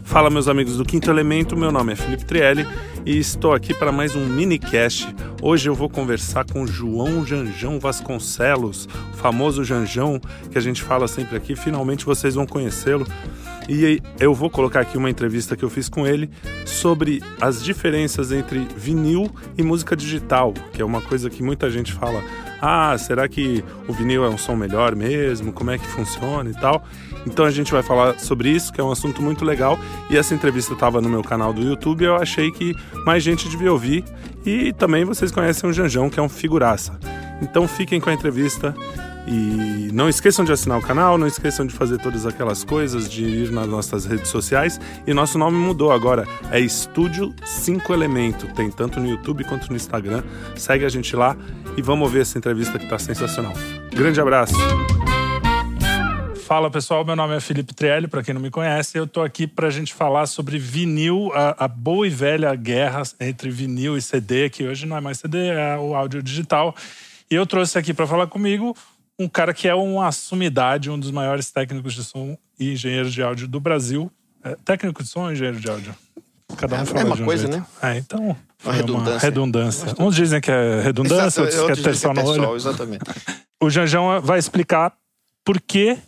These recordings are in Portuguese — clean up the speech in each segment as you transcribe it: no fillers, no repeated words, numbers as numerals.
Fala, meus amigos do Quinto Elemento, meu nome é Felipe Trielli e estou aqui para mais um minicast. Hoje eu vou conversar com João Janjão Vasconcelos, o famoso Janjão que a gente fala sempre aqui. Finalmente vocês vão conhecê-lo. E eu vou colocar aqui uma entrevista que eu fiz com ele sobre as diferenças entre vinil e música digital, que é uma coisa que muita gente fala: ah, será que o vinil é um som melhor mesmo? Como é que funciona e tal? Então a gente vai falar sobre isso, que é um assunto muito legal. E essa entrevista estava no meu canal do YouTube e eu achei que mais gente devia ouvir. E também vocês conhecem o Janjão, que é um figuraça. Então fiquem com a entrevista. E não esqueçam de assinar o canal, não esqueçam de fazer todas aquelas coisas, de ir nas nossas redes sociais. E nosso nome mudou agora, é Estúdio 5 Elemento. Tem tanto no YouTube quanto no Instagram. Segue a gente lá e vamos ver essa entrevista que está sensacional. Grande abraço! Fala pessoal, meu nome é Felipe Trielli, para quem não me conhece. Eu tô aqui pra gente falar sobre vinil, a boa e velha guerra entre vinil e CD, que hoje não é mais CD, é o áudio digital. E eu trouxe aqui para falar comigo um cara que é uma sumidade, um dos maiores técnicos de som e engenheiros de áudio do Brasil. Técnico de som ou engenheiro de áudio? Cada um fala de uma coisa, jeito. Né? Então, uma redundância. Uns dizem que é redundância, outros que é terçol no olho. Exatamente. O Janjão vai explicar por que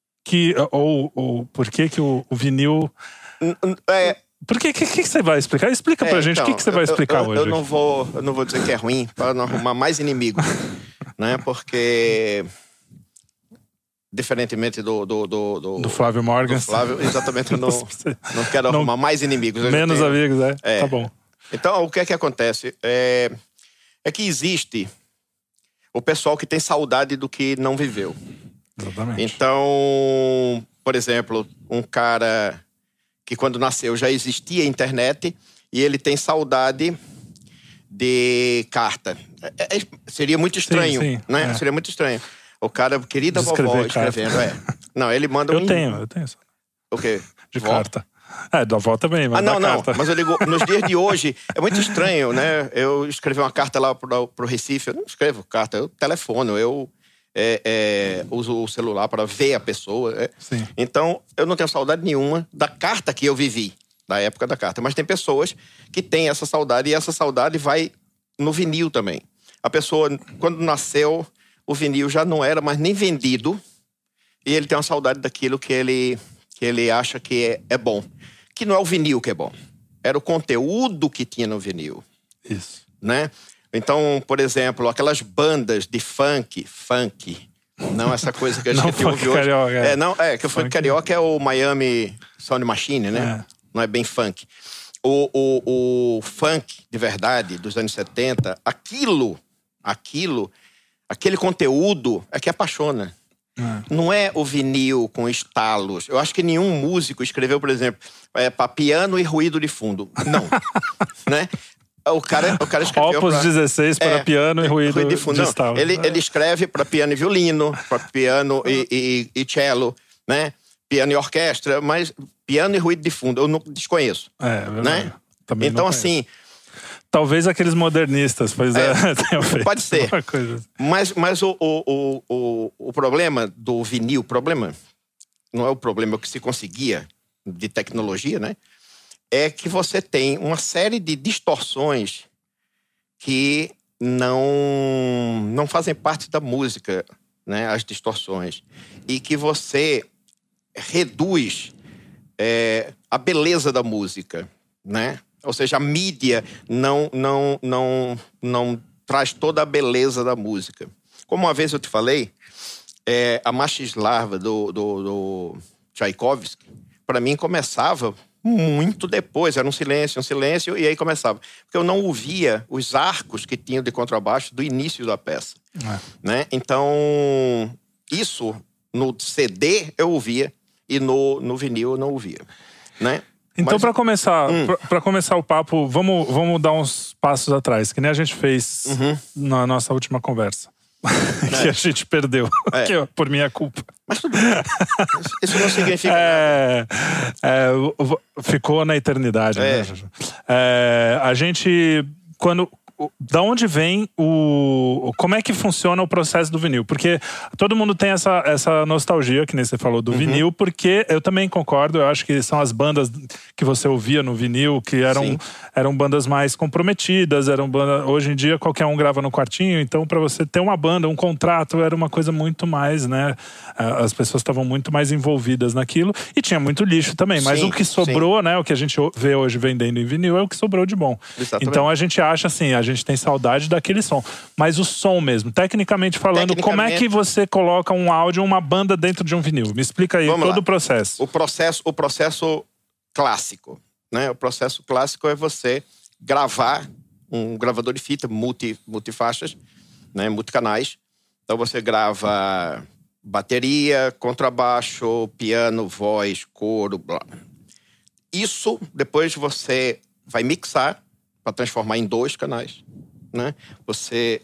por que o vinil... Por que você vai explicar? Explica pra gente então, o que você vai explicar hoje. Eu não vou dizer que é ruim, para não arrumar mais inimigos. Né? Porque, diferentemente do Flávio Morgan. Do Flávio, exatamente, eu não quero arrumar mais inimigos. Menos amigos, tá bom. Então, o que é que acontece? É que existe o pessoal que tem saudade do que não viveu. Exatamente. Então, por exemplo, um cara que quando nasceu já existia internet e ele tem saudade de carta. Seria muito estranho, sim, né? Seria muito estranho. O cara, querida vovó, escrevendo. Não, ele manda Eu tenho. O quê? De carta. Da avó também, mas não. Carta. Mas eu digo, nos dias de hoje, é muito estranho, né? Eu escrevi uma carta lá pro Recife, eu não escrevo carta, eu telefono, eu uso o celular para ver a pessoa. Então, eu não tenho saudade nenhuma da carta que eu vivi, da época da carta. Mas tem pessoas que têm essa saudade, e essa saudade vai no vinil também. A pessoa, quando nasceu, o vinil já não era mais nem vendido, e ele tem uma saudade daquilo que ele acha que é bom. Que não é o vinil que é bom, era o conteúdo que tinha no vinil. Isso. Né? Então, por exemplo, aquelas bandas de funk, não essa coisa que a gente ouve hoje. Carioca, que o funk carioca é o Miami Sound Machine, né? Não é bem funk. O funk de verdade dos anos 70, aquele conteúdo é que apaixona. Não é o vinil com estalos. Eu acho que nenhum músico escreveu, por exemplo, para piano e ruído de fundo. Não. Né? O cara escreveu Opus 16 para piano e ruído de fundo. Ele escreve para piano e violino, para piano e cello, né? Piano e orquestra, mas piano e ruído de fundo eu não desconheço. Né? Também então, não assim... Talvez aqueles modernistas tenham feito. Pode ser. Coisa. Mas o problema do vinil, não é o problema que se conseguia de tecnologia, né? É que você tem uma série de distorções que não fazem parte da música, né? As distorções. E que você reduz a beleza da música, né? Ou seja, a mídia não traz toda a beleza da música. Como uma vez eu te falei, a Machislava do Tchaikovsky, para mim começava muito depois, era um silêncio, e aí começava. Porque eu não ouvia os arcos que tinham de contrabaixo do início da peça. Né? Então, isso no CD eu ouvia e no vinil eu não ouvia. Né? Então, para começar o papo, vamos dar uns passos atrás, que nem a gente fez na nossa última conversa. Que a gente perdeu, por minha culpa. Mas tudo bem. Isso não significa nada. Ficou na eternidade. Né? A gente, da onde vem como é que funciona o processo do vinil? Porque todo mundo tem essa nostalgia, que nem você falou, do vinil, porque eu também concordo, eu acho que são as bandas que você ouvia no vinil, que eram bandas mais comprometidas, hoje em dia qualquer um grava no quartinho, então para você ter uma banda, um contrato, era uma coisa muito mais, né? As pessoas estavam muito mais envolvidas naquilo e tinha muito lixo também, mas o que sobrou, né? O que a gente vê hoje vendendo em vinil é o que sobrou de bom. Exatamente. Então a gente acha assim, a gente tem saudade daquele som, mas o som mesmo, tecnicamente falando, como é que você coloca um áudio, uma banda dentro de um vinil? Me explica aí todo o processo. O processo clássico, né? O processo clássico é você gravar um gravador de fita multifaixas, né? Multicanais. Então você grava bateria, contrabaixo, piano, voz, coro, blá. Isso depois você vai mixar para transformar em 2 canais, né? Você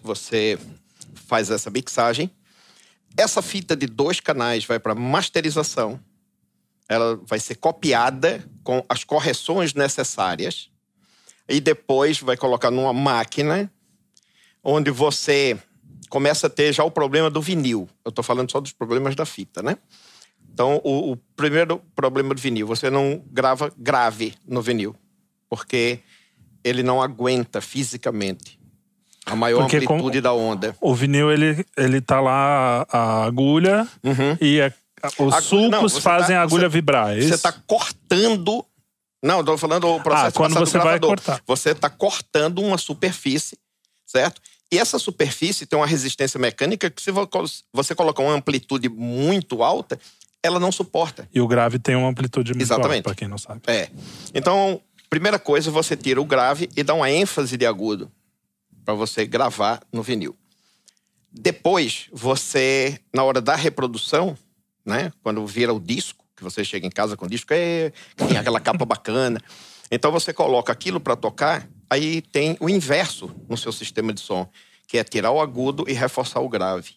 faz essa mixagem. Essa fita de 2 canais vai para masterização. Ela vai ser copiada com as correções necessárias e depois vai colocar numa máquina onde você começa a ter já o problema do vinil. Eu estou falando só dos problemas da fita, né? Então, o primeiro problema do vinil, você não grava grave no vinil, porque ele não aguenta fisicamente a maior amplitude da onda. O vinil, ele tá lá a agulha e os sulcos fazem a agulha vibrar. Você está cortando... Não, estou falando o processo quando você vai cortar. Você está cortando uma superfície, certo? E essa superfície tem uma resistência mecânica que se você colocar uma amplitude muito alta, ela não suporta. E o grave tem uma amplitude muito alta, para quem não sabe. Então, primeira coisa, você tira o grave e dá uma ênfase de agudo para você gravar no vinil. Depois, você, na hora da reprodução, né, quando vira o disco, que você chega em casa com o disco, tem aquela capa bacana. Então, você coloca aquilo para tocar, aí tem o inverso no seu sistema de som, que é tirar o agudo e reforçar o grave.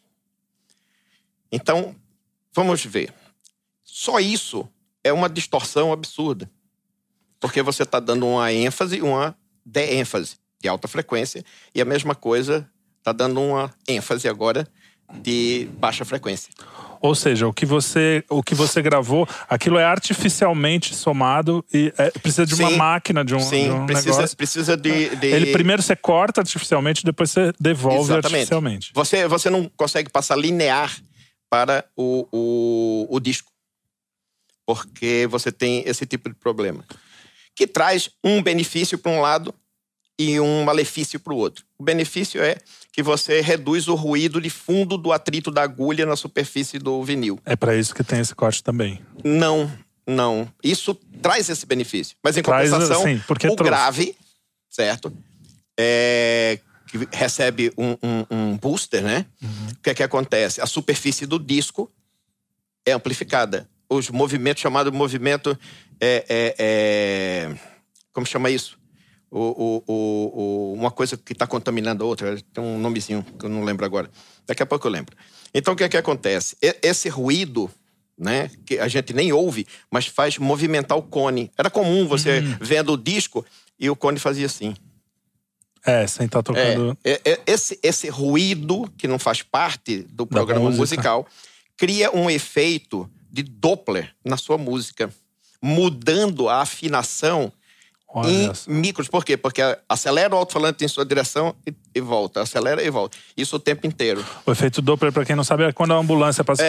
Então, vamos ver. Só isso é uma distorção absurda. Porque você está dando uma ênfase e uma de-ênfase de alta frequência, e a mesma coisa está dando uma ênfase agora de baixa frequência. Ou seja, o que você gravou, aquilo é artificialmente somado e precisa de uma máquina, de um negócio. Precisa de... Ele primeiro você corta artificialmente, depois você devolve artificialmente. Você não consegue passar linear para o disco, porque você tem esse tipo de problema, que traz um benefício para um lado e um malefício para o outro. O benefício é que você reduz o ruído de fundo do atrito da agulha na superfície do vinil. É para isso que tem esse corte também. Não. Isso traz esse benefício. Mas em compensação, o grave, certo? Que recebe um booster, né? O que é que acontece? A superfície do disco é amplificada. Os movimentos, chamado movimento... como chama isso? Uma coisa que está contaminando a outra, tem um nomezinho que eu não lembro agora. Daqui a pouco eu lembro. Então, o que é que acontece? Esse ruído, né, que a gente nem ouve, mas faz movimentar o cone. Era comum você vendo o disco e o cone fazia assim. Sem estar tocando... Esse ruído, que não faz parte do programa musical, cria um efeito de Doppler na sua música, mudando a afinação em micros. Por quê? Porque acelera o alto-falante em sua direção e volta. Acelera e volta. Isso o tempo inteiro. O efeito Doppler, pra quem não sabe, é quando a ambulância passa...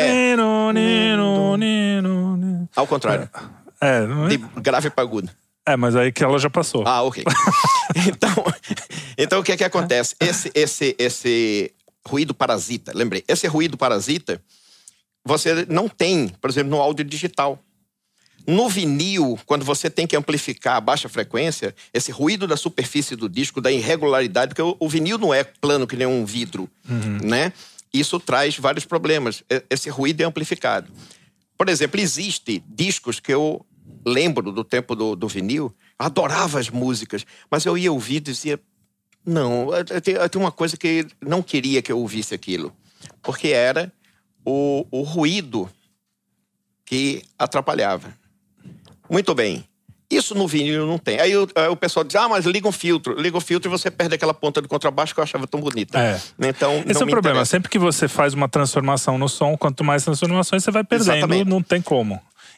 Ao contrário. De grave para agudo. Mas aí que ela já passou. Ok. Então o que é que acontece? Esse ruído parasita, lembrei. Esse ruído parasita, você não tem, por exemplo, no áudio digital. No vinil, quando você tem que amplificar a baixa frequência, esse ruído da superfície do disco, da irregularidade, porque o vinil não é plano que nem um vidro, né? Isso traz vários problemas. Esse ruído é amplificado. Por exemplo, existe discos que eu lembro do tempo do vinil, adorava as músicas, mas eu ia ouvir e dizia, não, tem uma coisa que não queria que eu ouvisse aquilo, porque era o ruído que atrapalhava. Muito bem. Isso no vinil não tem. Aí o pessoal diz, mas liga um filtro. Liga o filtro e você perde aquela ponta do contrabaixo que eu achava tão bonita. Então, esse é o problema. Sempre que você faz uma transformação no som, quanto mais transformações você vai perdendo, não tem como.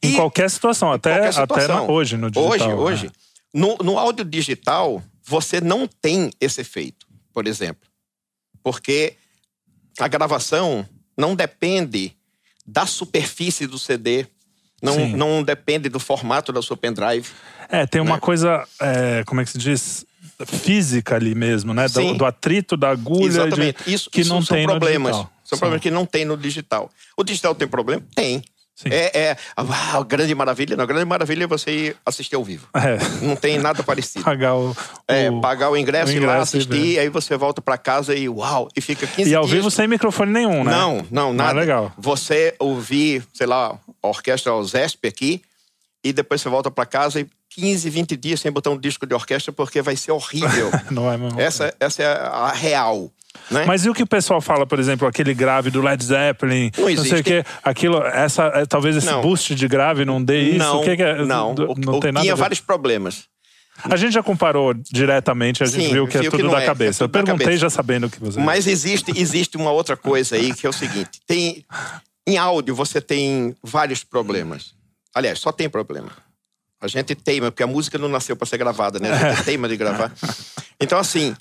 Em qualquer situação, até hoje no digital. Hoje. No áudio digital, você não tem esse efeito, por exemplo. Porque a gravação não depende da superfície do CD, não depende do formato da sua pendrive. Tem uma coisa, como é que se diz? Física ali mesmo, né? Do atrito da agulha. Exatamente. Isso não são tem problemas. No digital. São problemas que não tem no digital. O digital tem problema? Tem. A grande maravilha. Não, a grande maravilha é você assistir ao vivo. Não tem nada parecido. Pagar o ingresso e ir lá assistir, aí você volta pra casa e fica 15 dias. E ao vivo sem microfone nenhum, né? Não, nada. Legal. Você ouvir, sei lá, a orquestra OZESP aqui, e depois você volta pra casa e 15, 20 dias sem botar um disco de orquestra, porque vai ser horrível. Não é mesmo? Essa é a real. Né? Mas e o que o pessoal fala, por exemplo, aquele grave do Led Zeppelin? Não existe. Não sei o que. Talvez esse boost de grave não dê isso? Não, o que é? Não tem nada. Tinha vários problemas. A gente já comparou diretamente, a gente viu que é tudo da cabeça. Eu perguntei já sabendo o que você... Mas existe uma outra coisa aí, que é o seguinte. Em áudio, você tem vários problemas. Aliás, só tem problema. A gente teima, porque a música não nasceu para ser gravada, né? A gente teima de gravar. Então, assim,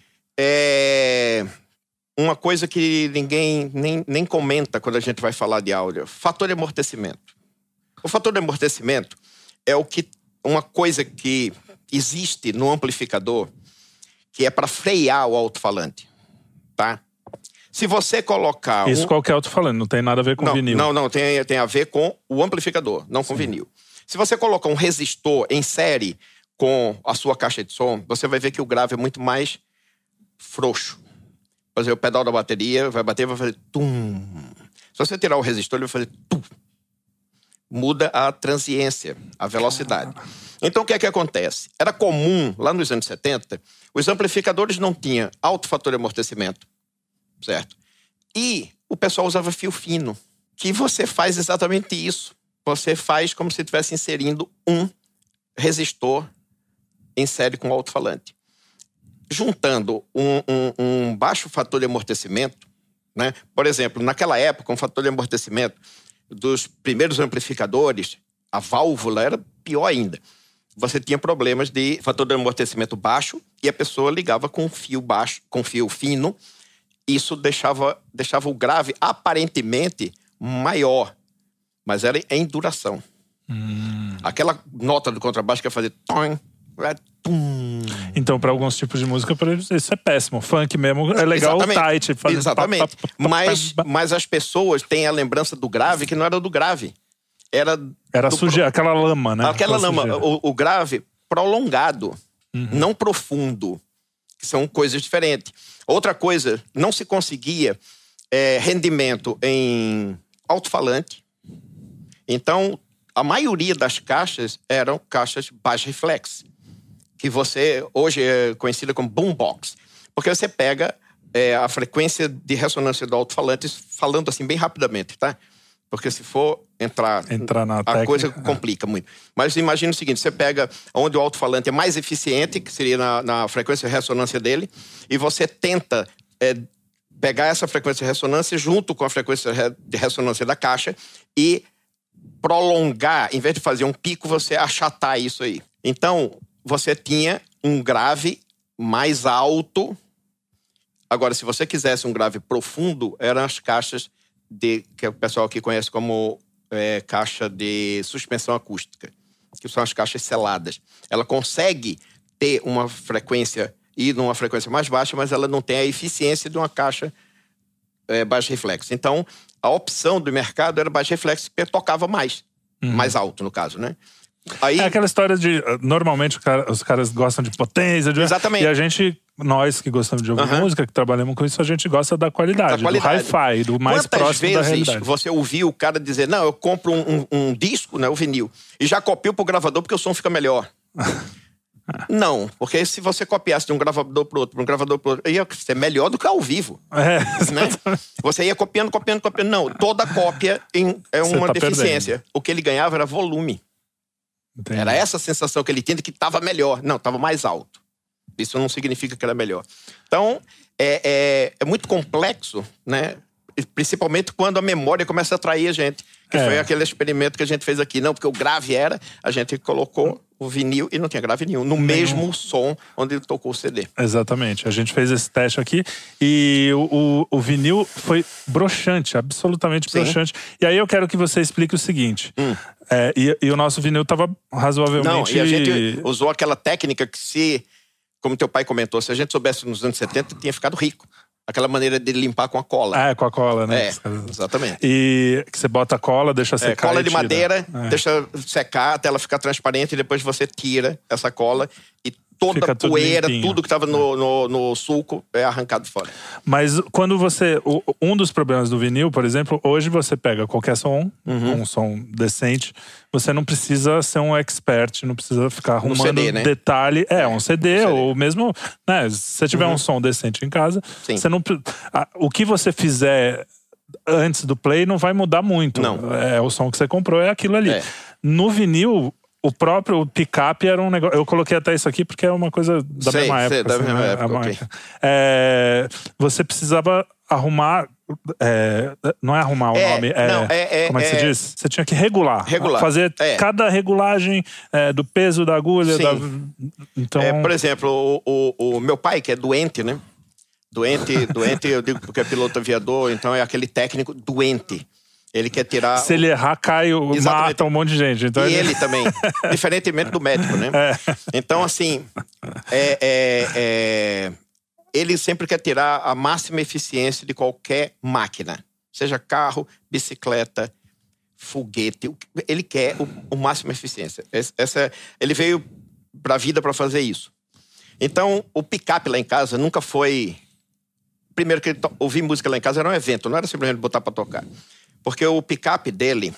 uma coisa que ninguém nem comenta quando a gente vai falar de áudio: fator de amortecimento. O fator de amortecimento é uma coisa que existe no amplificador, que é para frear o alto-falante, tá? Se você colocar... Isso qualquer alto-falante, não tem nada a ver com vinil. Não, tem a ver com o amplificador, não com vinil. Se você colocar um resistor em série com a sua caixa de som, você vai ver que o grave é muito mais frouxo. Por exemplo, o pedal da bateria vai bater e vai fazer tum. Se você tirar o resistor, ele vai fazer tum. Muda a transiência, a velocidade. Então, o que é que acontece? Era comum, lá nos anos 70, os amplificadores não tinham alto fator de amortecimento, certo? E o pessoal usava fio fino, que você faz exatamente isso. Você faz como se estivesse inserindo um resistor em série com alto-falante. Juntando um baixo fator de amortecimento, né? Por exemplo, naquela época, um fator de amortecimento dos primeiros amplificadores, a válvula era pior ainda. Você tinha problemas de fator de amortecimento baixo e a pessoa ligava com fio baixo, com fio fino. Isso deixava o grave aparentemente maior, mas era em duração. Aquela nota do contrabaixo que ia fazer tom, tum. Então, para alguns tipos de música, isso é péssimo. Funk mesmo é legal, tight. Exatamente. Mas as pessoas têm a lembrança do grave que não era do grave. Era sujeira, aquela lama, né? Aquela lama. O grave prolongado, não profundo. Que são coisas diferentes. Outra coisa, não se conseguia rendimento em alto-falante. Então, a maioria das caixas eram caixas baixo reflex, que hoje é conhecida como boombox, porque você pega a frequência de ressonância do alto-falante, falando assim bem rapidamente, tá? Porque se for entrar na técnica, coisa complica muito. Mas imagina o seguinte, você pega onde o alto-falante é mais eficiente, que seria na frequência de ressonância dele, e você tenta pegar essa frequência de ressonância junto com a frequência de ressonância da caixa e prolongar, em vez de fazer um pico, você achatar isso aí. Então, você tinha um grave mais alto. Agora, se você quisesse um grave profundo, eram as caixas que o pessoal aqui conhece como caixa de suspensão acústica, que são as caixas seladas. Ela consegue ter uma frequência, ir numa frequência mais baixa, mas ela não tem a eficiência de uma caixa baixo reflexo. Então, a opção do mercado era baixo reflexo, porque tocava mais alto, no caso, né? Aí... É aquela história de... Normalmente os caras gostam de potência. Exatamente. E nós que gostamos de ouvir música, que trabalhamos com isso, a gente gosta da qualidade. Do hi-fi, do mais próximo da realidade. Quantas vezes você ouviu o cara dizer, não, eu compro um disco, né, o vinil, e já copio pro gravador porque o som fica melhor. Não, porque se você copiasse de um gravador pro outro, ia ser melhor do que ao vivo. Né? Você ia copiando. Não, toda cópia é uma deficiência. Perdendo. O que ele ganhava era volume. Entendi. Era essa sensação que ele tinha de que estava melhor. Não, estava mais alto. Isso não significa que era melhor. Então, é muito complexo, né? Principalmente quando a memória começa a atrair a gente. Que foi aquele experimento que a gente fez aqui. Não, porque o grave a gente colocou o vinil e não tinha grave nenhum. No mesmo som onde ele tocou o CD. Exatamente. A gente fez esse teste aqui e o vinil foi broxante, absolutamente broxante. E aí eu quero que você explique o seguinte. E o nosso vinil estava razoavelmente... Não, e a gente usou aquela técnica que como teu pai comentou, se a gente soubesse nos anos 70, tinha ficado rico. Aquela maneira de limpar com a cola. Com a cola, né? Exatamente. E que você bota a cola, deixa secar cola de madeira, deixa secar até ela ficar transparente e depois você tira essa cola e toda a poeira, tudo que estava no sulco é arrancado fora. Mas quando você... Um dos problemas do vinil, por exemplo, hoje você pega qualquer som, um som decente, você não precisa ser um expert, não precisa ficar arrumando CD, né? detalhe. Um CD, ou mesmo... Né, se você tiver um som decente em casa, você não... O que você fizer antes do play não vai mudar muito. Não. O som que você comprou, é aquilo ali. No vinil... O próprio picape era um negócio... Eu coloquei até isso aqui porque é uma coisa da mesma época. Da mesma época, você precisava arrumar... não é arrumar o nome. Como é que se diz? Você tinha que regular. Fazer cada regulagem do peso da agulha. Então... por exemplo, o meu pai, que é doente, né? Doente, eu digo porque é piloto aviador, então é aquele técnico doente. Ele quer tirar... Se ele errar, mata um monte de gente. Então e ele também. Diferentemente do médico, né? Então, assim... ele sempre quer tirar a máxima eficiência de qualquer máquina. Seja carro, bicicleta, foguete. Ele quer o máximo eficiência. Ele veio pra vida pra fazer isso. Então, o picape lá em casa nunca foi... Primeiro que ouvir música lá em casa era um evento. Não era simplesmente botar pra tocar. Porque o picape dele,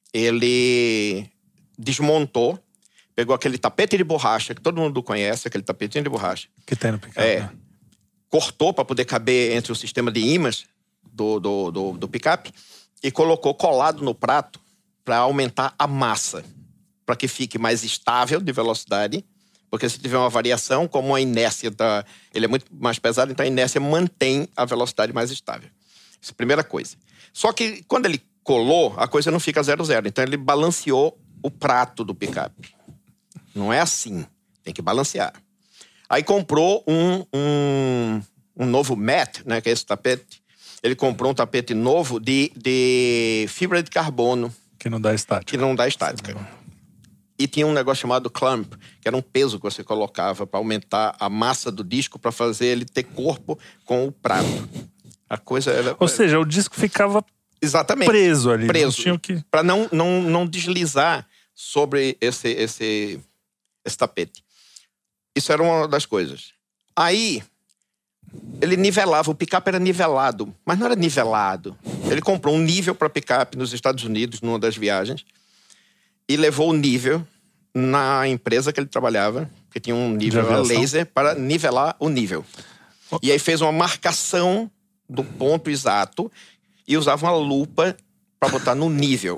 ele desmontou, pegou aquele tapete de borracha, que todo mundo conhece, aquele tapetinho de borracha. Que tem no picape. Cortou para poder caber entre o sistema de ímãs do picape e colocou colado no prato para aumentar a massa, para que fique mais estável de velocidade, porque se tiver uma variação, como a inércia ele é muito mais pesado, então a inércia mantém a velocidade mais estável. Essa é a primeira coisa. Só que quando ele colou, a coisa não fica 0-0. Então ele balanceou o prato do picape. Não é assim. Tem que balancear. Aí comprou um novo mat, né, que é esse tapete. Ele comprou um tapete novo de fibra de carbono. Que não dá estática. E tinha um negócio chamado clamp, que era um peso que você colocava para aumentar a massa do disco, para fazer ele ter corpo com o prato. A coisa era... Ou seja, o disco ficava preso ali. Preso. Para não deslizar sobre esse tapete. Isso era uma das coisas. Aí, ele nivelava. O picape era nivelado. Mas não era nivelado. Ele comprou um nível para picape nos Estados Unidos, numa das viagens. E levou o nível na empresa que ele trabalhava, que tinha um nível a laser, para nivelar o nível. E aí fez uma marcação do ponto exato e usava uma lupa para botar no nível.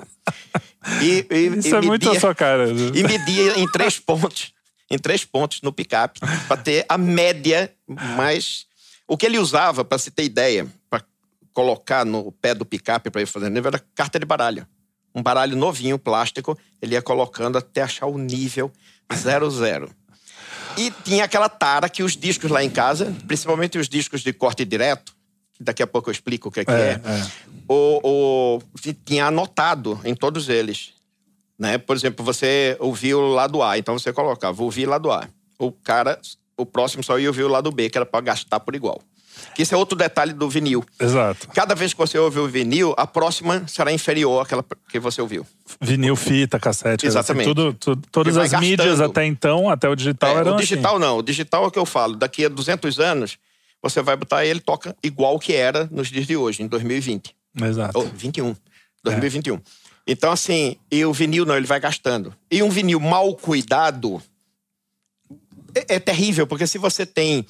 Isso é muito a sua cara. E media em 3 pontos. Em 3 pontos no picape, para ter a média mais... O que ele usava, para se ter ideia, para colocar no pé do picape para ir fazer nível, era carta de baralho. Um baralho novinho, plástico, ele ia colocando até achar o nível 0-0. E tinha aquela tara que os discos lá em casa, principalmente os discos de corte direto, daqui a pouco eu explico o que é. Tinha anotado em todos eles. Né? Por exemplo, você ouviu o lado A, então você colocava, vou ouvir lado A. O próximo só ia ouvir o lado B, que era para gastar por igual. Que esse é outro detalhe do vinil. Exato. Cada vez que você ouve o vinil, a próxima será inferior àquela que você ouviu. Vinil, fita, cassete. Exatamente. Assim, todas as mídias até então, até o digital eram o digital assim. Não, o digital é o que eu falo. Daqui a 200 anos, você vai botar ele toca igual que era nos dias de hoje, em 2020. Exato. 2021. Então, assim, e o vinil não, ele vai gastando. E um vinil mal cuidado é terrível, porque se você tem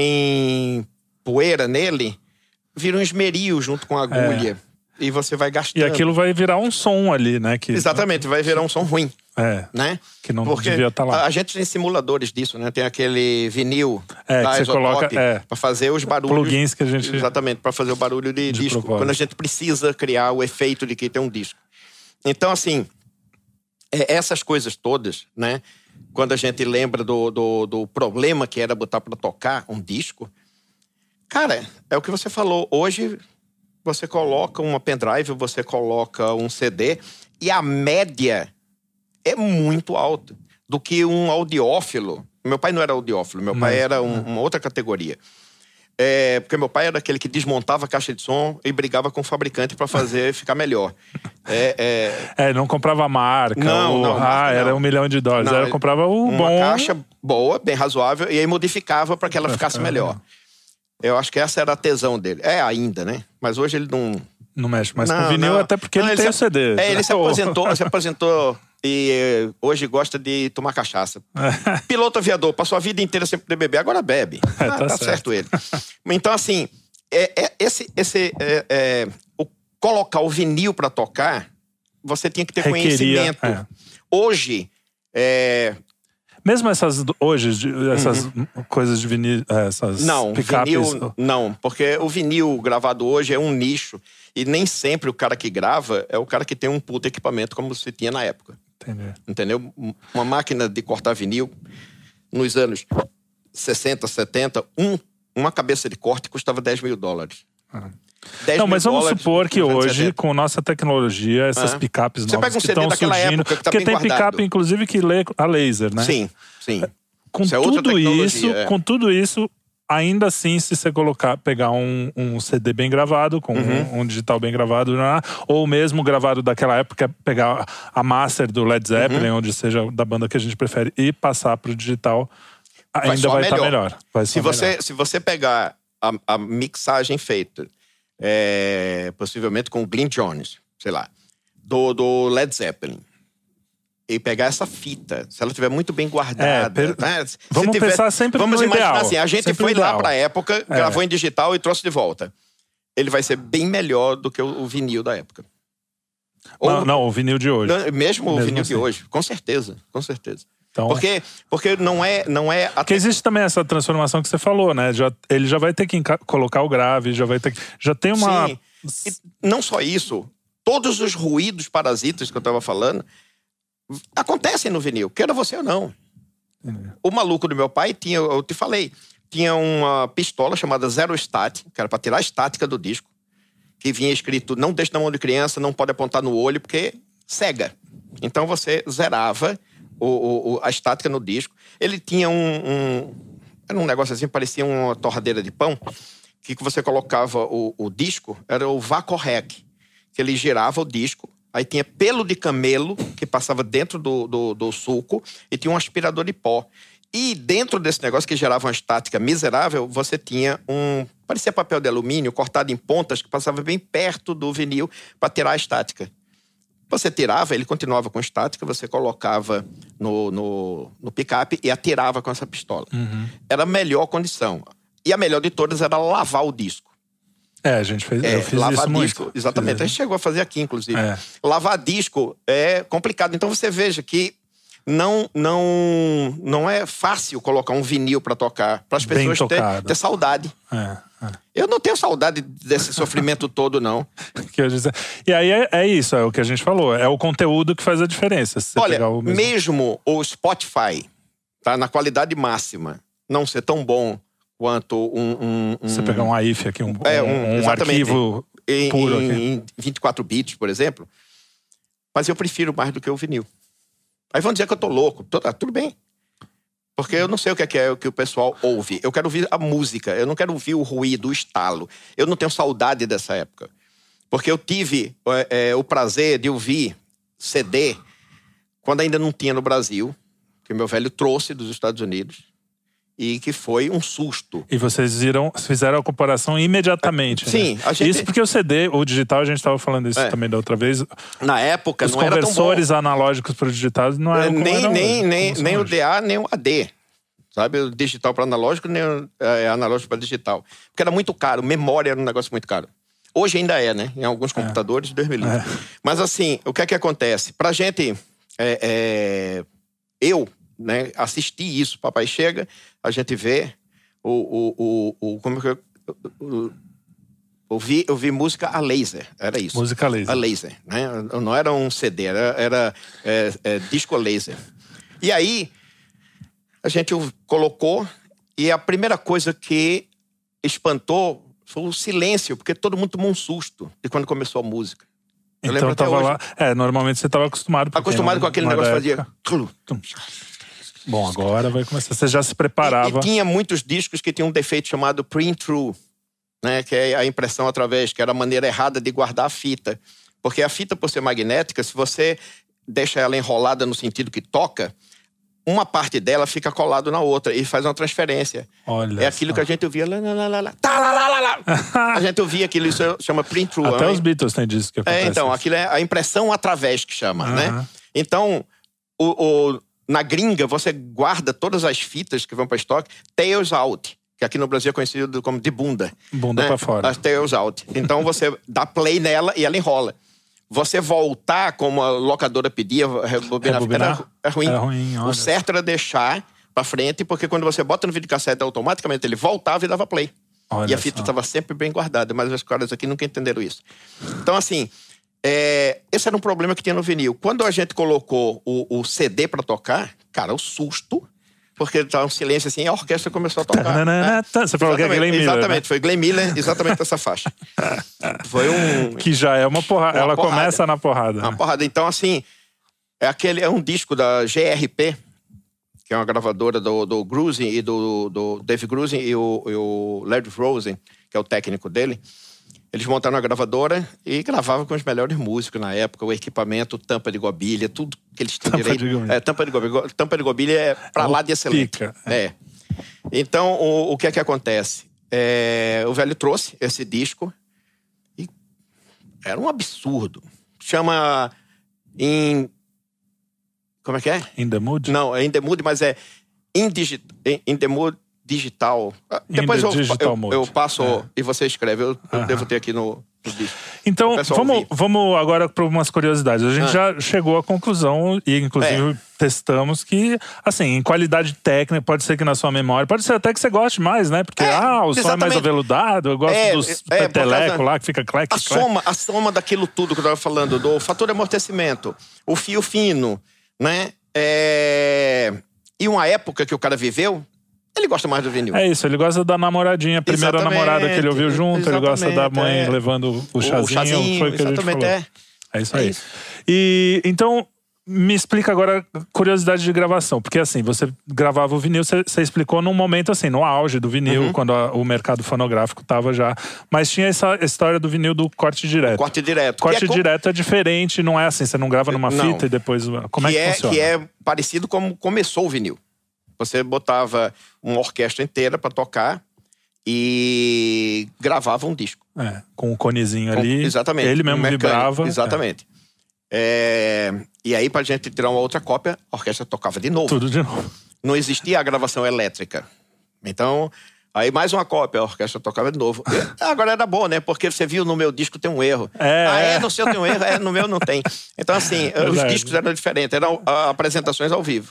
poeira nele, vira um esmeril junto com a agulha. E você vai gastando. E aquilo vai virar um som ali, né? Exatamente, vai virar um som ruim. né? Que não Porque devia estar lá. A gente tem simuladores disso, né? Tem aquele vinil da que você coloca para fazer os barulhos. Plugins que a gente... Exatamente, para fazer o barulho de disco. propósito. Quando a gente precisa criar o efeito de que tem um disco. Então, assim, essas coisas todas, né? Quando a gente lembra do problema que era botar para tocar um disco, cara, é o que você falou. Hoje, você coloca uma pendrive, você coloca um CD e a média é muito alta do que um audiófilo. Meu pai não era audiófilo, meu pai era uma outra categoria. Porque meu pai era aquele que desmontava a caixa de som e brigava com o fabricante para fazer ficar melhor. Não comprava marca. Era $1 milhão. Não, comprava o uma bom. caixa boa, bem razoável, e aí modificava para que ela ficasse melhor. Eu acho que essa era a tesão dele. Ainda, né? Mas hoje ele não mexe mais com vinil, até porque ele tem o CD. Ele se aposentou e hoje gosta de tomar cachaça. Piloto aviador, passou a vida inteira sempre de beber, agora bebe. Tá certo ele. Então, assim, colocar o vinil para tocar, você tinha que ter conhecimento. Hoje, mesmo essas coisas de vinil, essas picapes... Vinil, não, porque o vinil gravado hoje é um nicho. E nem sempre o cara que grava é o cara que tem um puto equipamento como se tinha na época. Entendeu? Uma máquina de cortar vinil, nos anos 60, 70, uma cabeça de corte custava $10 mil. Mas vamos supor que hoje, com nossa tecnologia, essas picapes novas que estão surgindo... Porque tem picape, inclusive, que lê a laser, né? Sim. Com tudo isso, ainda assim, se você pegar um CD bem gravado, com um digital bem gravado, ou mesmo gravado daquela época, pegar a master do Led Zeppelin, onde seja da banda que a gente prefere, e passar pro digital, ainda vai estar melhor. Se você pegar a mixagem feita, possivelmente com o Glyn Johns, sei lá, do Led Zeppelin, e pegar essa fita, se ela estiver muito bem guardada, né? Vamos pensar sempre no ideal. Vamos imaginar assim, a gente foi lá pra época, gravou em digital e trouxe de volta. Ele vai ser bem melhor do que o vinil da época. O vinil de hoje. Mesmo o vinil de hoje, com certeza. Então, porque não é porque existe também essa transformação que você falou, né? Ele já vai ter que colocar o grave, já tem uma... Sim. E não só isso, todos os ruídos parasitas que eu estava falando acontecem no vinil, queira você ou não. O maluco do meu pai tinha, eu te falei, tinha uma pistola chamada Zero Stat, que era para tirar a estática do disco, que vinha escrito: não deixe na mão de criança, não pode apontar no olho, porque cega. Então você zerava a estática no disco. Ele tinha era um negócio assim, parecia uma torradeira de pão, que você colocava o disco, era o Vacorrec, que ele girava o disco. Aí tinha pelo de camelo que passava dentro do sulco e tinha um aspirador de pó. E dentro desse negócio que gerava uma estática miserável, você tinha parecia papel de alumínio cortado em pontas que passava bem perto do vinil para tirar a estática. Você tirava, ele continuava com estática, você colocava no picape e atirava com essa pistola. Era a melhor condição. E a melhor de todas era lavar o disco. A gente fez, eu fiz lavar isso disco, muito. exatamente. A gente chegou a fazer aqui, inclusive. Lavar disco é complicado. Então você veja que não é fácil colocar um vinil para tocar, para as pessoas ter saudade. Eu não tenho saudade desse sofrimento todo, não. E aí é isso, é o que a gente falou. É o conteúdo que faz a diferença. Olha, mesmo o Spotify, tá, na qualidade máxima, não ser tão bom quanto você pegar um AIF aqui, um arquivo puro aqui. Em 24 bits, por exemplo. Mas eu prefiro mais do que o vinil. Aí vão dizer que eu tô louco. Tudo bem. Porque eu não sei o que é o que o pessoal ouve. Eu quero ouvir a música. Eu não quero ouvir o ruído, o estalo. Eu não tenho saudade dessa época. Porque eu tive o prazer de ouvir CD quando ainda não tinha no Brasil, que meu velho trouxe dos Estados Unidos. E que foi um susto. E vocês fizeram a comparação imediatamente, sim, né? A gente... Isso porque o CD, o digital, a gente estava falando isso também da outra vez. Na época os não era tão bom. Os conversores analógicos para o digital não eram nem o DA, nem o AD. Sabe? O digital para analógico, nem o analógico para digital. Porque era muito caro, memória era um negócio muito caro. Hoje ainda né? Em alguns computadores, 2000. Mas assim, o que é que acontece? Pra gente eu, né, assisti isso. Papai Chega, a gente vê como que eu vi música a laser, era isso. Música a laser. A laser, né? Não era um CD, era disco a laser. E aí, a gente colocou, e a primeira coisa que espantou foi o silêncio, porque todo mundo tomou um susto de quando começou a música. Eu então tava lá. Normalmente você estava acostumado. Acostumado com aquele negócio que fazia. Bom, agora vai começar. Você já se preparava. E tinha muitos discos que tinham um defeito chamado print-through, né? Que é a impressão através, que era a maneira errada de guardar a fita. Porque a fita, por ser magnética, se você deixa ela enrolada no sentido que toca, uma parte dela fica colada na outra e faz uma transferência. Olha aquilo que a gente ouvia. A gente ouvia aquilo, isso chama print-through. Até os Beatles têm disso que acontece. Então, aquilo é a impressão através que chama, né? Então, na gringa, você guarda todas as fitas que vão para estoque, tails out, que aqui no Brasil é conhecido como de bunda. Bunda, né? Para fora. As tails out. Então, você dá play nela e ela enrola. Você voltar, como a locadora pedia, rebobinar é ruim. O certo era deixar pra frente, porque quando você bota no videocassete automaticamente ele voltava e dava play. E a fita estava sempre bem guardada, mas os caras aqui nunca entenderam isso. Então, assim, esse era um problema que tinha no vinil. Quando a gente colocou o CD pra tocar, cara, o susto, porque estava um silêncio assim, e a orquestra começou a tocar. Você falou que é Glenn Miller. Exatamente, né? Foi Glenn Miller, exatamente essa faixa. Foi que já é uma porrada. Ela começa na porrada. Uma porrada. Então, assim, é um disco da GRP, que é uma gravadora do Grusin e do Dave Grusin e o Larry Rosen, que é o técnico dele. Eles montaram uma gravadora e gravavam com os melhores músicos na época, o equipamento, tampa de gobilha, tudo que eles tinham direito. Tampa de gobilha é pra lá de excelente. Pica. Então, o que é que acontece? O velho trouxe esse disco e era um absurdo. Chama como é que é? In the Mood? Não, é In the Mood, mas é In the Mood Digital. Depois eu passo e você escreve. Eu devo ter aqui no disco. Então, vamos agora para umas curiosidades. A gente já chegou à conclusão, e inclusive testamos que, assim, em qualidade técnica, pode ser que na sua memória, pode ser até que você goste mais, né? Porque, o som é mais aveludado, eu gosto dos peteleco lá, que fica clac. A soma daquilo tudo que eu estava falando, do fator de amortecimento, o fio fino, né? E uma época que o cara viveu, ele gosta mais do vinil. É isso, ele gosta da namoradinha, a primeira namorada que ele ouviu junto, ele gosta da mãe levando o chazinho, foi o que a gente falou. É isso aí. E então, me explica agora curiosidade de gravação, porque assim, você gravava o vinil, você explicou num momento assim, no auge do vinil, quando o mercado fonográfico tava já, mas tinha essa história do vinil do corte direto. Corte direto. Corte direto é diferente, não é assim, você não grava numa fita e depois, como é que funciona? Que é parecido como começou o vinil. Você botava uma orquestra inteira para tocar e gravava um disco. Com o conezinho ali. Exatamente. Ele mesmo vibrava. Exatamente. E aí, pra gente tirar uma outra cópia, a orquestra tocava de novo. Tudo de novo. Não existia a gravação elétrica. Então, aí mais uma cópia, a orquestra tocava de novo. Agora era bom, né? Porque você viu no meu disco tem um erro. No seu tem um erro, no meu não tem. Então, assim, os discos eram diferentes, eram apresentações ao vivo.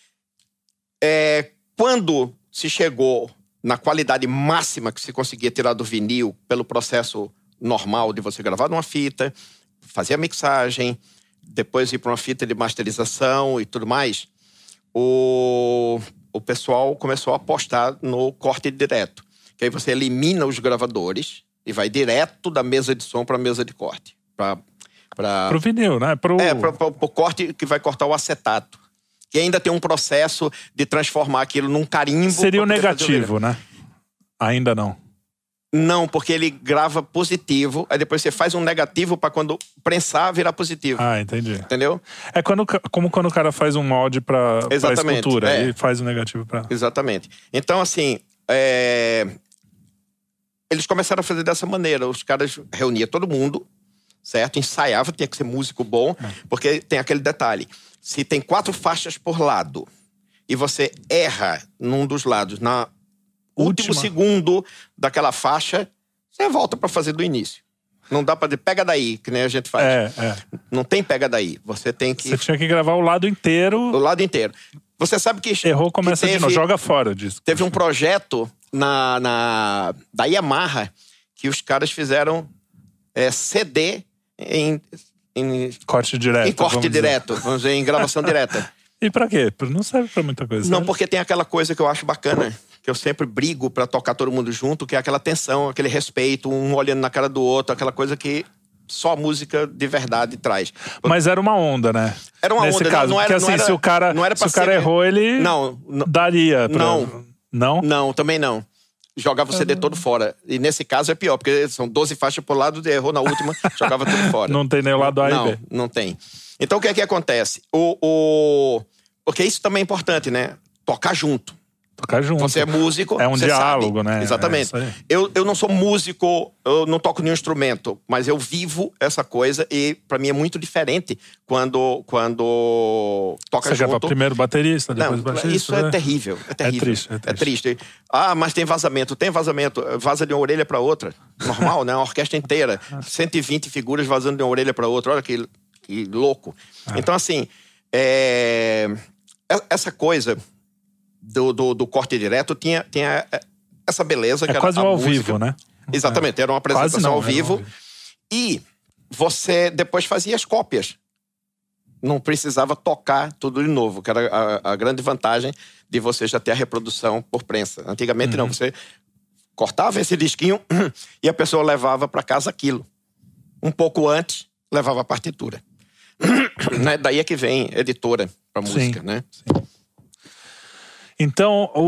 Quando se chegou na qualidade máxima que se conseguia tirar do vinil pelo processo normal de você gravar numa fita, fazer a mixagem, depois ir para uma fita de masterização e tudo mais, o pessoal começou a apostar no corte direto. Que aí você elimina os gravadores e vai direto da mesa de som para a mesa de corte. Pro vinil, né? Pro corte que vai cortar o acetato. Que ainda tem um processo de transformar aquilo num carimbo. Seria o negativo, né? Ainda não. Não, porque ele grava positivo, aí depois você faz um negativo pra quando prensar virar positivo. Entendi. Entendeu? É como quando o cara faz um molde pra escultura, e faz um negativo pra... Exatamente. Então, assim, eles começaram a fazer dessa maneira. Os caras reuniam todo mundo, certo? Ensaiava, tinha que ser músico bom, porque tem aquele detalhe. Se tem 4 faixas por lado e você erra num dos lados, na último segundo daquela faixa, você volta para fazer do início. Não dá pra dizer, pega daí, que nem a gente faz. Não tem pega daí. Você tem que... Você tinha que gravar o lado inteiro. O lado inteiro. Você sabe que... Errou, começa de novo. Joga fora disso. Teve um projeto da Yamaha que os caras fizeram CD em corte direto. Em corte direto, vamos dizer, em gravação direta. E pra quê? Não serve pra muita coisa. Não, porque tem aquela coisa que eu acho bacana, que eu sempre brigo pra tocar todo mundo junto, que é aquela tensão, aquele respeito, um olhando na cara do outro, aquela coisa que só a música de verdade traz. Mas era uma onda, né? Era uma Nesse onda. caso, não era, porque assim, não era, se o cara, não era se o cara errou, ele daria. Não? Não, também não. Jogava o CD todo fora. E nesse caso é pior, porque são 12 faixas por lado, errou na última, jogava tudo fora. Não tem nem o lado A e B. Não tem. Então o que é que acontece? Porque isso também é importante, né? Tocar junto. Tocar junto. Você é músico, é um você diálogo, sabe. né? Exatamente. Eu não sou músico, eu não toco nenhum instrumento, mas eu vivo essa coisa e pra mim é muito diferente quando toca você junto. Você primeiro baterista, depois baixista. Isso é terrível. É terrível. É triste. Ah, mas tem vazamento. Tem vazamento. Vaza de uma orelha pra outra. Normal, né? Uma orquestra inteira. 120 figuras vazando de uma orelha pra outra. Olha que louco. Então, assim, essa coisa do corte direto tinha essa beleza. É que quase era ao vivo, né? Exatamente, era uma apresentação ao vivo. E você depois fazia as cópias. Não precisava tocar tudo de novo, que era a grande vantagem de você já ter a reprodução por prensa. Antigamente não, você cortava esse disquinho e a pessoa levava para casa aquilo. Um pouco antes, levava a partitura. Né? Daí é que vem editora para música, né? Sim. Então,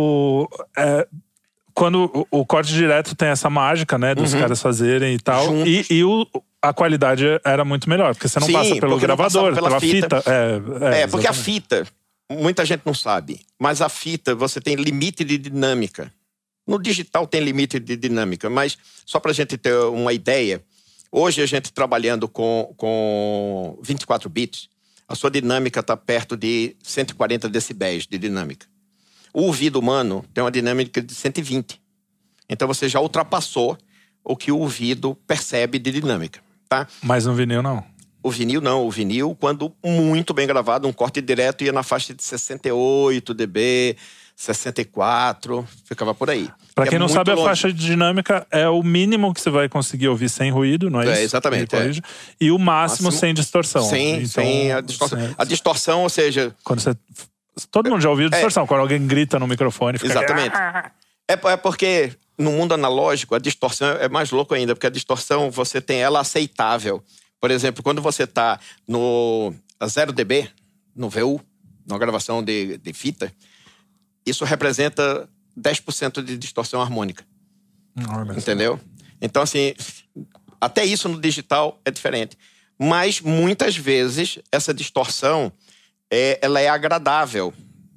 quando o corte direto tem essa mágica, né, dos caras fazerem e tal, a qualidade era muito melhor, porque você não passa pelo gravador, pela fita. Porque a fita, muita gente não sabe, mas a fita, você tem limite de dinâmica. No digital tem limite de dinâmica, mas só pra gente ter uma ideia, hoje a gente trabalhando com 24 bits, a sua dinâmica está perto de 140 decibéis de dinâmica. O ouvido humano tem uma dinâmica de 120. Então você já ultrapassou o que o ouvido percebe de dinâmica, tá? Mas no vinil não. O vinil não. O vinil, quando muito bem gravado, um corte direto ia na faixa de 68 dB, 64, ficava por aí. Pra quem não sabe, a faixa de dinâmica é o mínimo que você vai conseguir ouvir sem ruído, não é isso? Exatamente. E o máximo sem distorção. Sem a distorção. A distorção, ou seja... Quando você... Todo mundo já ouviu distorção, quando alguém grita no microfone. Fica... Exatamente. É porque no mundo analógico a distorção é mais louco ainda, porque a distorção você tem ela aceitável. Por exemplo, quando você está a 0 dB, no VU, numa gravação de fita, isso representa 10% de distorção harmônica. Entendeu? Então, assim, até isso no digital é diferente. Mas, muitas vezes, essa distorção... ela é agradável.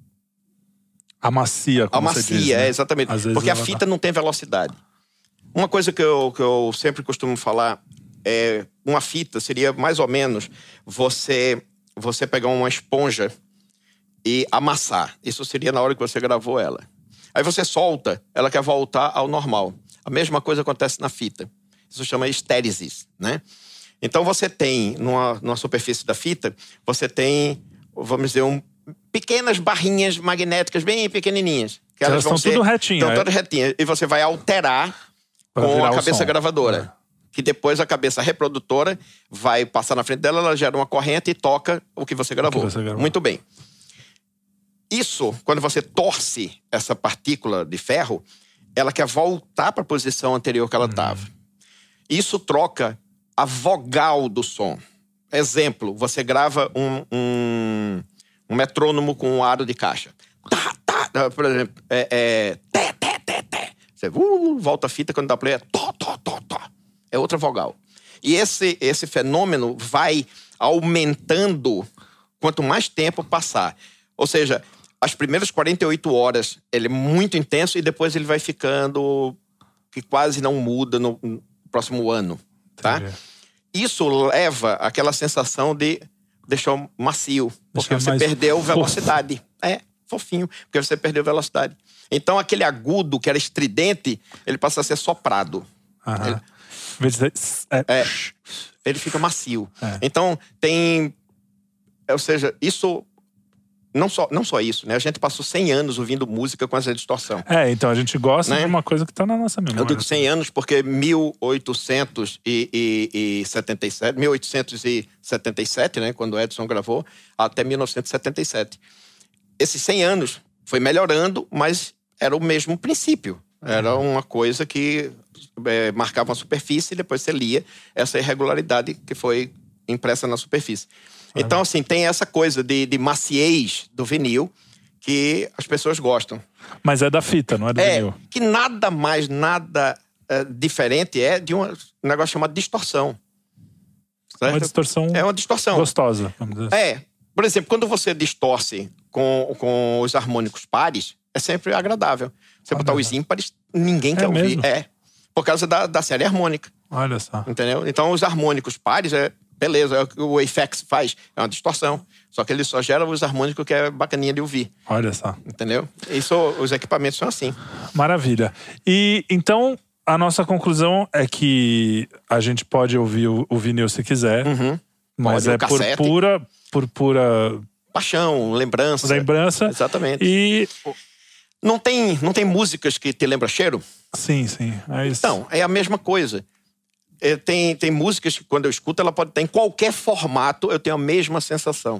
Amacia, como você diz, né? Exatamente. Porque a fita não tem velocidade. Uma coisa que eu sempre costumo falar é... Uma fita seria mais ou menos você pegar uma esponja e amassar. Isso seria na hora que você gravou ela. Aí você solta, ela quer voltar ao normal. A mesma coisa acontece na fita. Isso chama estéresis, né? Então você tem, numa superfície da fita, você tem... vamos dizer, pequenas barrinhas magnéticas bem pequenininhas. Que elas estão tudo retinhas. Estão todas retinhas. E você vai alterar com a cabeça gravadora. Que depois a cabeça reprodutora vai passar na frente dela, ela gera uma corrente e toca o que você gravou. Muito bem. Isso, quando você torce essa partícula de ferro, ela quer voltar para a posição anterior que ela estava. Isso troca a vogal do som. Exemplo, você grava um metrônomo com um aro de caixa. Tá, tá, por exemplo, té. Você volta a fita, quando dá play, é tó. É outra vogal. E esse fenômeno vai aumentando quanto mais tempo passar. Ou seja, as primeiras 48 horas ele é muito intenso e depois ele vai ficando que quase não muda no próximo ano, tá? Entendi. Isso leva àquela sensação de deixar macio, porque você perdeu velocidade. Fofinho, porque você perdeu velocidade. Então aquele agudo que era estridente, ele passa a ser soprado. Ele fica macio. Então, ou seja, isso... Não só isso, né? A gente passou 100 anos ouvindo música com essa distorção. Então a gente gosta, né, de uma coisa que tá na nossa memória. Eu digo 100 anos porque 1877, né? Quando Edison gravou, até 1977. Esses 100 anos foi melhorando, mas era o mesmo princípio. Era uma coisa que marcava uma superfície e depois você lia essa irregularidade que foi impressa na superfície. Então, assim, tem essa coisa de maciez do vinil que as pessoas gostam. Mas é da fita, não é do vinil. Que nada diferente de um negócio chamado distorção. Certo? Uma distorção. É uma distorção. Gostosa, vamos dizer assim. Por exemplo, quando você distorce com os harmônicos pares, é sempre agradável. Você botar os ímpares, ninguém quer ouvir. Por causa da série harmônica. Olha só. Entendeu? Então, os harmônicos pares beleza, é o que o Aphex faz, é uma distorção. Só que ele só gera os harmônicos que é bacaninha de ouvir. Olha só. Entendeu? Os equipamentos são assim. Maravilha. E então, a nossa conclusão é que a gente pode ouvir o vinil se quiser, mas é por pura paixão, lembrança. Exatamente. E não tem músicas que te lembram cheiro? Sim. É isso. Então, é a mesma coisa. Tem músicas que quando eu escuto, ela pode estar em qualquer formato, eu tenho a mesma sensação.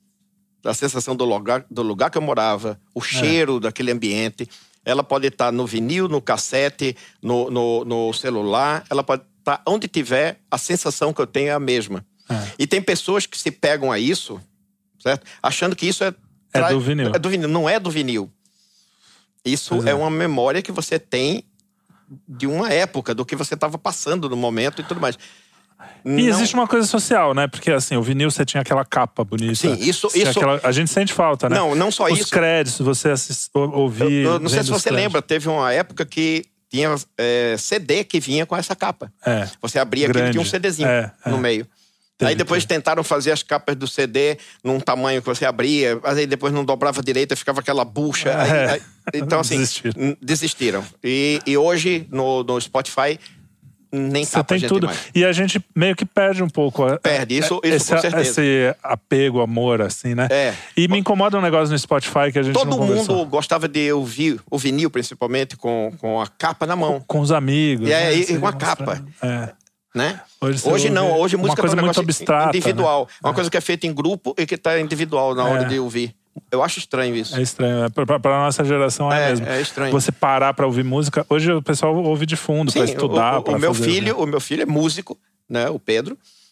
A sensação do lugar que eu morava, o cheiro daquele ambiente. Ela pode estar no vinil, no cassete, no celular. Ela pode estar onde tiver, a sensação que eu tenho é a mesma. E tem pessoas que se pegam a isso, certo? Achando que isso é do vinil. É do vinil. Não é do vinil. Isso é uma memória que você tem de uma época, do que você estava passando no momento e tudo mais. E existe uma coisa social, né? Porque assim, o vinil você tinha aquela capa bonita. Sim, isso... a gente sente falta, né? Não só isso. Os créditos, você ouvir... Eu não sei se você lembra, teve uma época que tinha CD que vinha com essa capa. Você abria aquilo e tinha um CDzinho no meio. Aí depois tentaram fazer as capas do CD num tamanho que você abria, mas aí depois não dobrava direito, ficava aquela bucha. Então, assim, desistiram. E hoje, no Spotify, nem capa a gente tudo. Mais. E a gente meio que perde um pouco. Perde, isso com certeza. Esse apego, amor, assim, né? E me incomoda um negócio no Spotify que a gente Todo mundo gostava de ouvir o vinil, principalmente, com a capa na mão. Com os amigos. E com a capa. Né? Hoje não, hoje música é um negócio muito abstrato, individual. Né? Uma coisa que é feita em grupo e que está individual na hora de ouvir. Eu acho estranho isso. É estranho, pra nossa geração mesmo. É estranho. Você parar pra ouvir música, hoje o pessoal ouve de fundo, pra estudar, o meu filho é músico, né, o Pedro.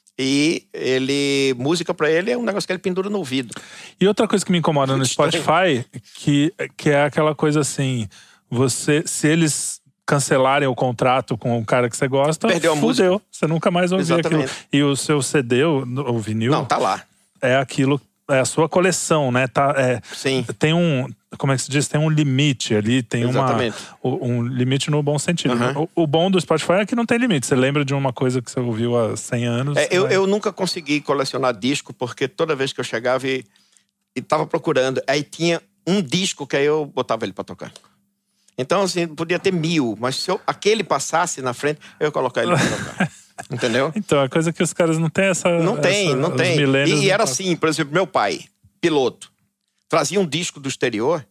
E música pra ele é um negócio que ele pendura no ouvido. E outra coisa que me incomoda no Spotify, que é aquela coisa assim, se eles cancelarem o contrato com o cara que você gosta, perdeu a música. Você nunca mais ouviu aquilo. E o seu CD, o vinil... Não, tá lá. É aquilo, é a sua coleção, né? Sim. Tem como é que se diz? Tem um limite ali, tem um limite no bom sentido. O bom do Spotify é que não tem limite. Você lembra de uma coisa que você ouviu há 100 anos. Eu nunca consegui colecionar disco, porque toda vez que eu chegava e tava procurando, aí tinha um disco que aí eu botava ele pra tocar. Então, assim, podia ter 1000, mas se aquele passasse na frente, eu ia colocar ele pra tocar. Entendeu? Então, é coisa que os caras não têm essa... Não tem. E era assim, por exemplo, meu pai, piloto, trazia um disco do exterior,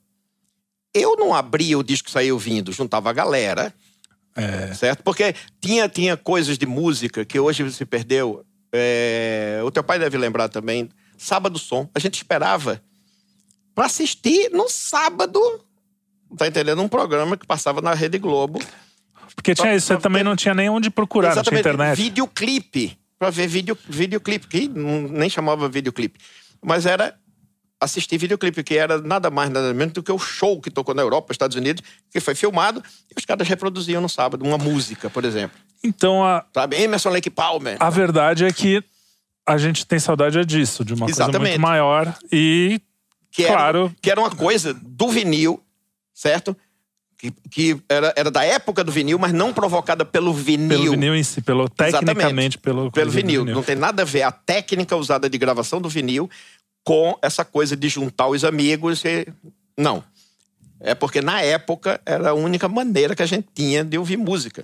eu não abria o disco e saía ouvindo, juntava a galera, certo? Porque tinha coisas de música que hoje se perdeu. O teu pai deve lembrar também, Sábado Som. A gente esperava pra assistir no sábado... Tá entendendo? Um programa que passava na Rede Globo. Porque tinha isso, você também não tinha nem onde procurar. Exatamente, na internet. Videoclipe. Pra ver videoclipe, que nem chamava videoclipe. Mas era assistir videoclipe, que era nada mais, nada menos do que o show que tocou na Europa, nos Estados Unidos, que foi filmado, e os caras reproduziam no sábado, uma música, por exemplo. Então, sabe? Emerson Lake Palmer. A verdade é que a gente tem saudade disso, de uma coisa muito maior. E, que era uma coisa do vinil, certo? Que era da época do vinil, mas não provocada pelo vinil. Pelo vinil em si, tecnicamente pelo vinil. Não tem nada a ver a técnica usada de gravação do vinil com essa coisa de juntar os amigos. Não. É porque na época era a única maneira que a gente tinha de ouvir música.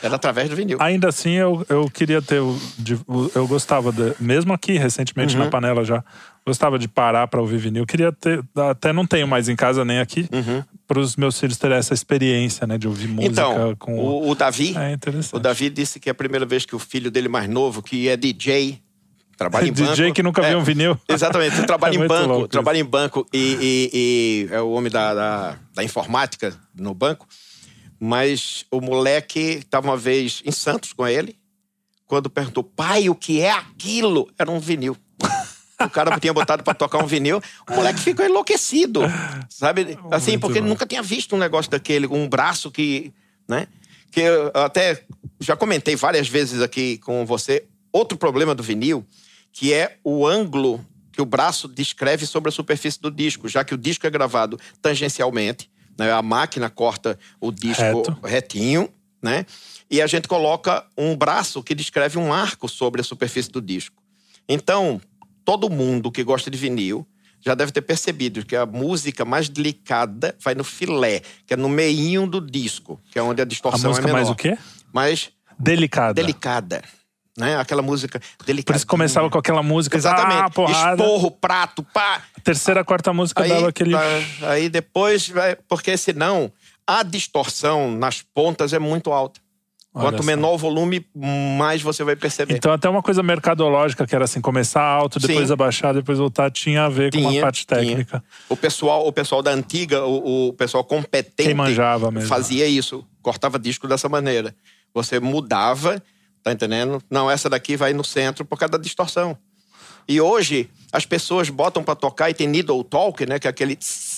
Era através do vinil. Ainda assim, eu queria ter... Eu gostava, mesmo aqui, recentemente, na Panela já, gostava de parar pra ouvir vinil. Queria ter... Até não tenho mais em casa, nem aqui, para os meus filhos terem essa experiência, né? De ouvir música então, com... o Davi... É interessante. O Davi disse que é a primeira vez que o filho dele mais novo, que é DJ... Trabalha em banco. DJ que nunca viu um vinil. Exatamente, trabalha em banco. Louco, trabalha em banco e é o homem da informática no banco. Mas o moleque estava uma vez em Santos com ele. Quando perguntou, pai, o que é aquilo? Era um vinil. O cara tinha botado pra tocar um vinil. O moleque ficou enlouquecido. Sabe? Assim, porque ele nunca tinha visto um negócio daquele, um braço que... né? Que eu até já comentei várias vezes aqui com você. Outro problema do vinil, que é o ângulo que o braço descreve sobre a superfície do disco, já que o disco é gravado tangencialmente, né? A máquina corta o disco retinho, né? E a gente coloca um braço que descreve um arco sobre a superfície do disco. Então, todo mundo que gosta de vinil já deve ter percebido que a música mais delicada vai no filé, que é no meinho do disco, que é onde a distorção é menor. A música mais o quê? Mais... Delicada. Delicada. Né? Aquela música delicada. Por isso começava com aquela música. Exatamente. Porrada. Esporro, prato, pá. A terceira, quarta música dava aquele... Aí depois... Porque senão a distorção nas pontas é muito alta. Quanto menor o volume, mais você vai perceber. Então até uma coisa mercadológica, que era assim, começar alto, depois abaixar, depois voltar, tinha a ver com uma parte técnica. O pessoal da antiga, o pessoal competente... Quem manjava mesmo. Fazia isso, cortava disco dessa maneira. Você mudava... Tá entendendo? Não, essa daqui vai no centro por causa da distorção. E hoje, as pessoas botam pra tocar e tem needle talk, né? Que é aquele...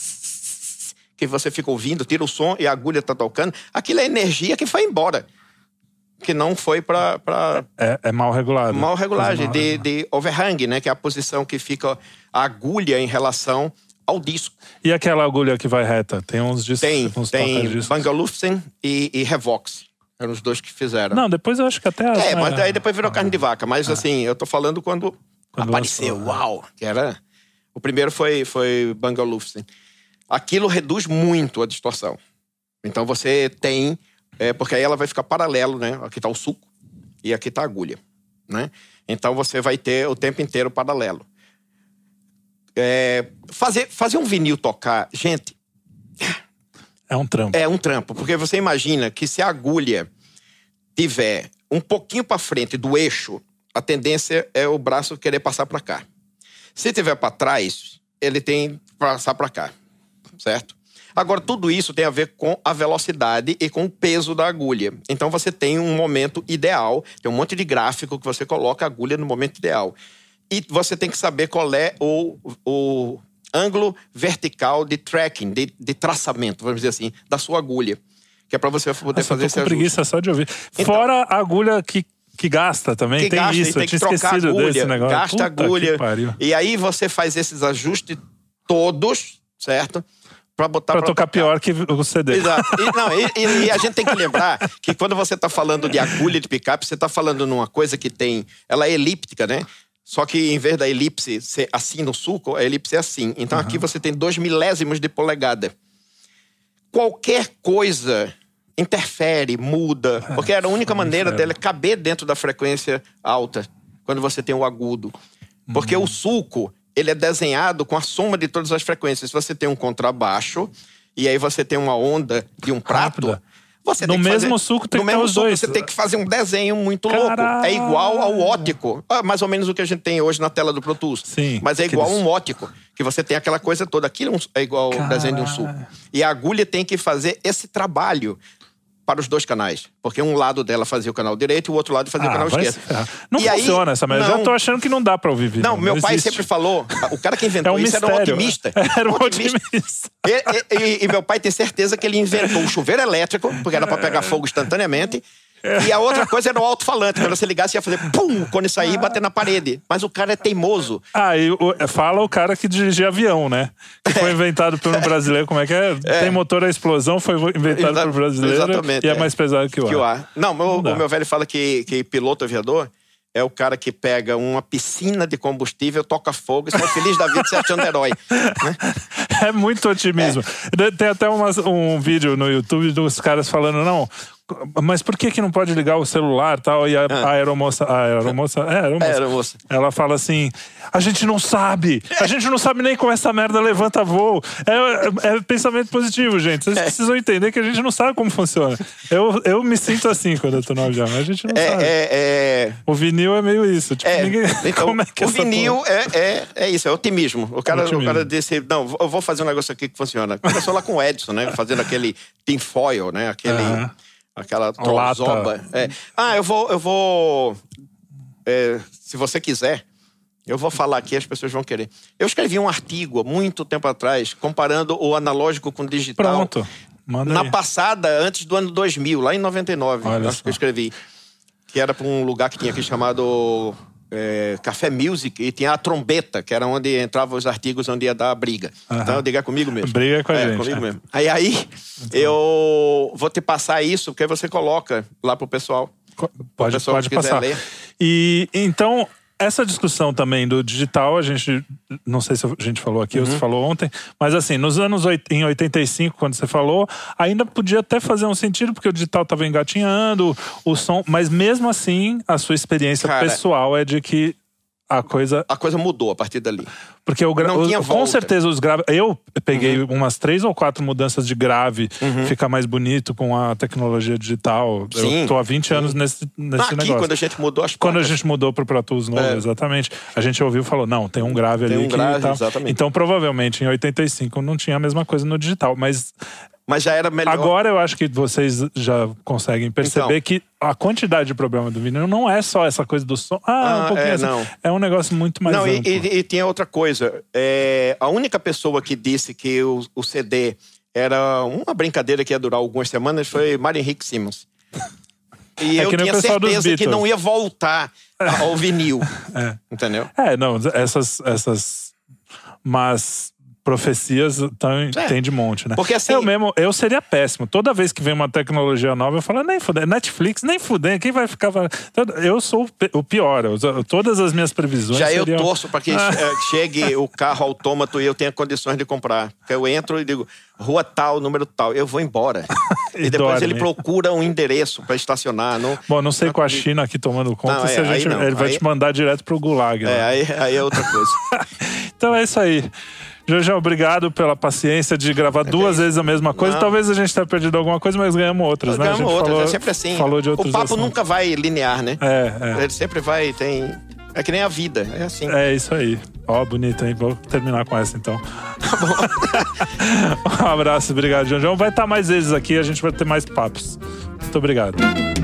que você fica ouvindo, tira o som e a agulha tá tocando. Aquilo é energia que foi embora. Que não foi pra... É mal regulado. Mal regulagem, de overhang, né? Que é a posição que fica a agulha em relação ao disco. E aquela agulha que vai reta? Tem uns discos? Tem Bang & Olufsen e Revox. Eram os dois que fizeram. Não, depois eu acho que até... mas daí depois virou carne de vaca. Mas assim, eu tô falando quando apareceu. Uau! Que era... O primeiro foi Bang & Olufsen. Aquilo reduz muito a distorção. Então você tem... porque aí ela vai ficar paralelo, né? Aqui tá o suco e aqui tá a agulha, né? Então você vai ter o tempo inteiro paralelo. Fazer um vinil tocar... Gente... É um trampo. É um trampo, porque você imagina que se a agulha tiver um pouquinho para frente do eixo, a tendência é o braço querer passar para cá. Se tiver para trás, ele tem que passar para cá, certo? Agora, tudo isso tem a ver com a velocidade e com o peso da agulha. Então, você tem um momento ideal, tem um monte de gráfico que você coloca a agulha no momento ideal. E você tem que saber qual é o ângulo vertical de tracking, de traçamento, vamos dizer assim, da sua agulha. Que é para você poder fazer esse ajuste. Eu tô com preguiça só de ouvir. Então, fora a agulha que gasta também, que tem gasta, isso. Tem que trocar a agulha, gasta a agulha. E aí você faz esses ajustes todos, certo? Pra tocar pior que o CD. Exato. E a gente tem que lembrar que quando você tá falando de agulha de picape, você tá falando numa coisa que tem... Ela é elíptica, né? Só que em vez da elipse ser assim no sulco, a elipse é assim. Então aqui você tem 2 milésimos de polegada. Qualquer coisa interfere, muda. Porque era a única maneira dela caber dentro da frequência alta, quando você tem o agudo. Porque o sulco, ele é desenhado com a soma de todas as frequências. Se você tem um contrabaixo, e aí você tem uma onda de um prato... Você no mesmo suco tem que ter os dois. Você tem que fazer um desenho muito louco. É igual ao ótico. Mais ou menos o que a gente tem hoje na tela do Pro Tools. Sim. Mas é igual a um ótico. Que você tem aquela coisa toda. Aquilo é igual ao desenho de um suco. E a agulha tem que fazer esse trabalho para os dois canais. Porque um lado dela fazia o canal direito e o outro lado fazia o canal esquerdo. Não funciona essa merda. Eu já tô achando que não dá pra ouvir vídeo. Não, meu pai sempre falou, o cara que inventou isso era um otimista. Era um otimista. E meu pai tem certeza que ele inventou o chuveiro elétrico, porque era pra pegar fogo instantaneamente. E a outra coisa era o alto-falante. Quando você ligasse, ia fazer pum, quando isso aí bater na parede. Mas o cara é teimoso. Fala o cara que dirigia avião, né? Que foi inventado por um brasileiro. Como é que é? Tem motor a explosão, foi inventado por um brasileiro. Exatamente. E é mais pesado que o ar. Não, o meu velho fala que piloto aviador é o cara que pega uma piscina de combustível, toca fogo e sai feliz da vida se achando herói. Né? É muito otimismo. Tem até um vídeo no YouTube dos caras falando, não, Mas por que não pode ligar o celular e tal? E a aeromoça, ela fala assim, a gente não sabe nem como essa merda levanta voo. É pensamento positivo, gente. Vocês precisam entender que a gente não sabe como funciona. Eu me sinto assim quando eu tô no avião, a gente não sabe. O vinil é meio isso. Tipo, então, como é que o vinil é isso, é otimismo. O cara disse, não, eu vou fazer um negócio aqui que funciona. Começou lá com o Edison, né? Fazendo aquele tinfoil, né? Aquela trozoba. Eu vou se você quiser, eu vou falar aqui, as pessoas vão querer. Eu escrevi um artigo há muito tempo atrás, comparando o analógico com o digital. Pronto. Na passada, antes do ano 2000, lá em 99, acho que eu escrevi. Que era para um lugar que tinha aqui chamado Café Music, e tinha a trombeta, que era onde entravam os artigos, onde ia dar a briga. Então, diga comigo mesmo. Briga com a gente. Comigo mesmo. Aí eu vou te passar isso, porque você coloca lá pro pessoal. Pode passar. Ler. E então, essa discussão também do digital, a gente, não sei se a gente falou aqui ou se falou ontem, mas assim, nos anos em 85, quando você falou, ainda podia até fazer um sentido, porque o digital estava engatinhando, o som, mas mesmo assim, a sua experiência pessoal é de que a coisa mudou a partir dali. Porque com certeza os graves... Eu peguei umas 3 ou 4 mudanças de grave, fica mais bonito com a tecnologia digital. Sim. Eu tô há 20 anos nesse negócio. Quando a gente mudou as Quando a gente mudou pro Pro Tools novo, exatamente. A gente ouviu e falou, não, tem um grave ali. Exatamente. Então, provavelmente, em 85 não tinha a mesma coisa no digital, mas já era melhor. Agora eu acho que vocês já conseguem perceber que a quantidade de problema do vinil não é só essa coisa do som. Um pouquinho assim. Não. É um negócio muito mais amplo. E tinha outra coisa. A única pessoa que disse que o CD era uma brincadeira que ia durar algumas semanas foi Mário Henrique Simmons. E eu tinha certeza que não ia voltar ao vinil. Entendeu? Não, essas mas profecias tem de monte, né? Porque assim... Eu seria péssimo. Toda vez que vem uma tecnologia nova, eu falo, nem fuder. Netflix, nem fuder. Quem vai ficar... Eu sou o pior. Todas as minhas previsões eu torço para que chegue o carro autômato e eu tenha condições de comprar. Porque eu entro e digo, rua tal, número tal. Eu vou embora. E depois ele procura um endereço para estacionar. Bom, não sei com a China aqui tomando conta, ele vai te mandar direto pro Gulag. Aí é outra coisa. Então é isso aí. Jorjão, obrigado pela paciência de gravar 2 vezes a mesma coisa. Talvez a gente tenha perdido alguma coisa, mas ganhamos outras, né? Ganhamos outras, é sempre assim. Falou de outros o papo assuntos. Nunca vai linear, né? Ele sempre vai, é que nem a vida, é assim. É isso aí. Bonito, hein? Vou terminar com essa, então. Tá bom. Um abraço, obrigado, Jorjão. Vai estar mais vezes aqui, a gente vai ter mais papos. Muito obrigado.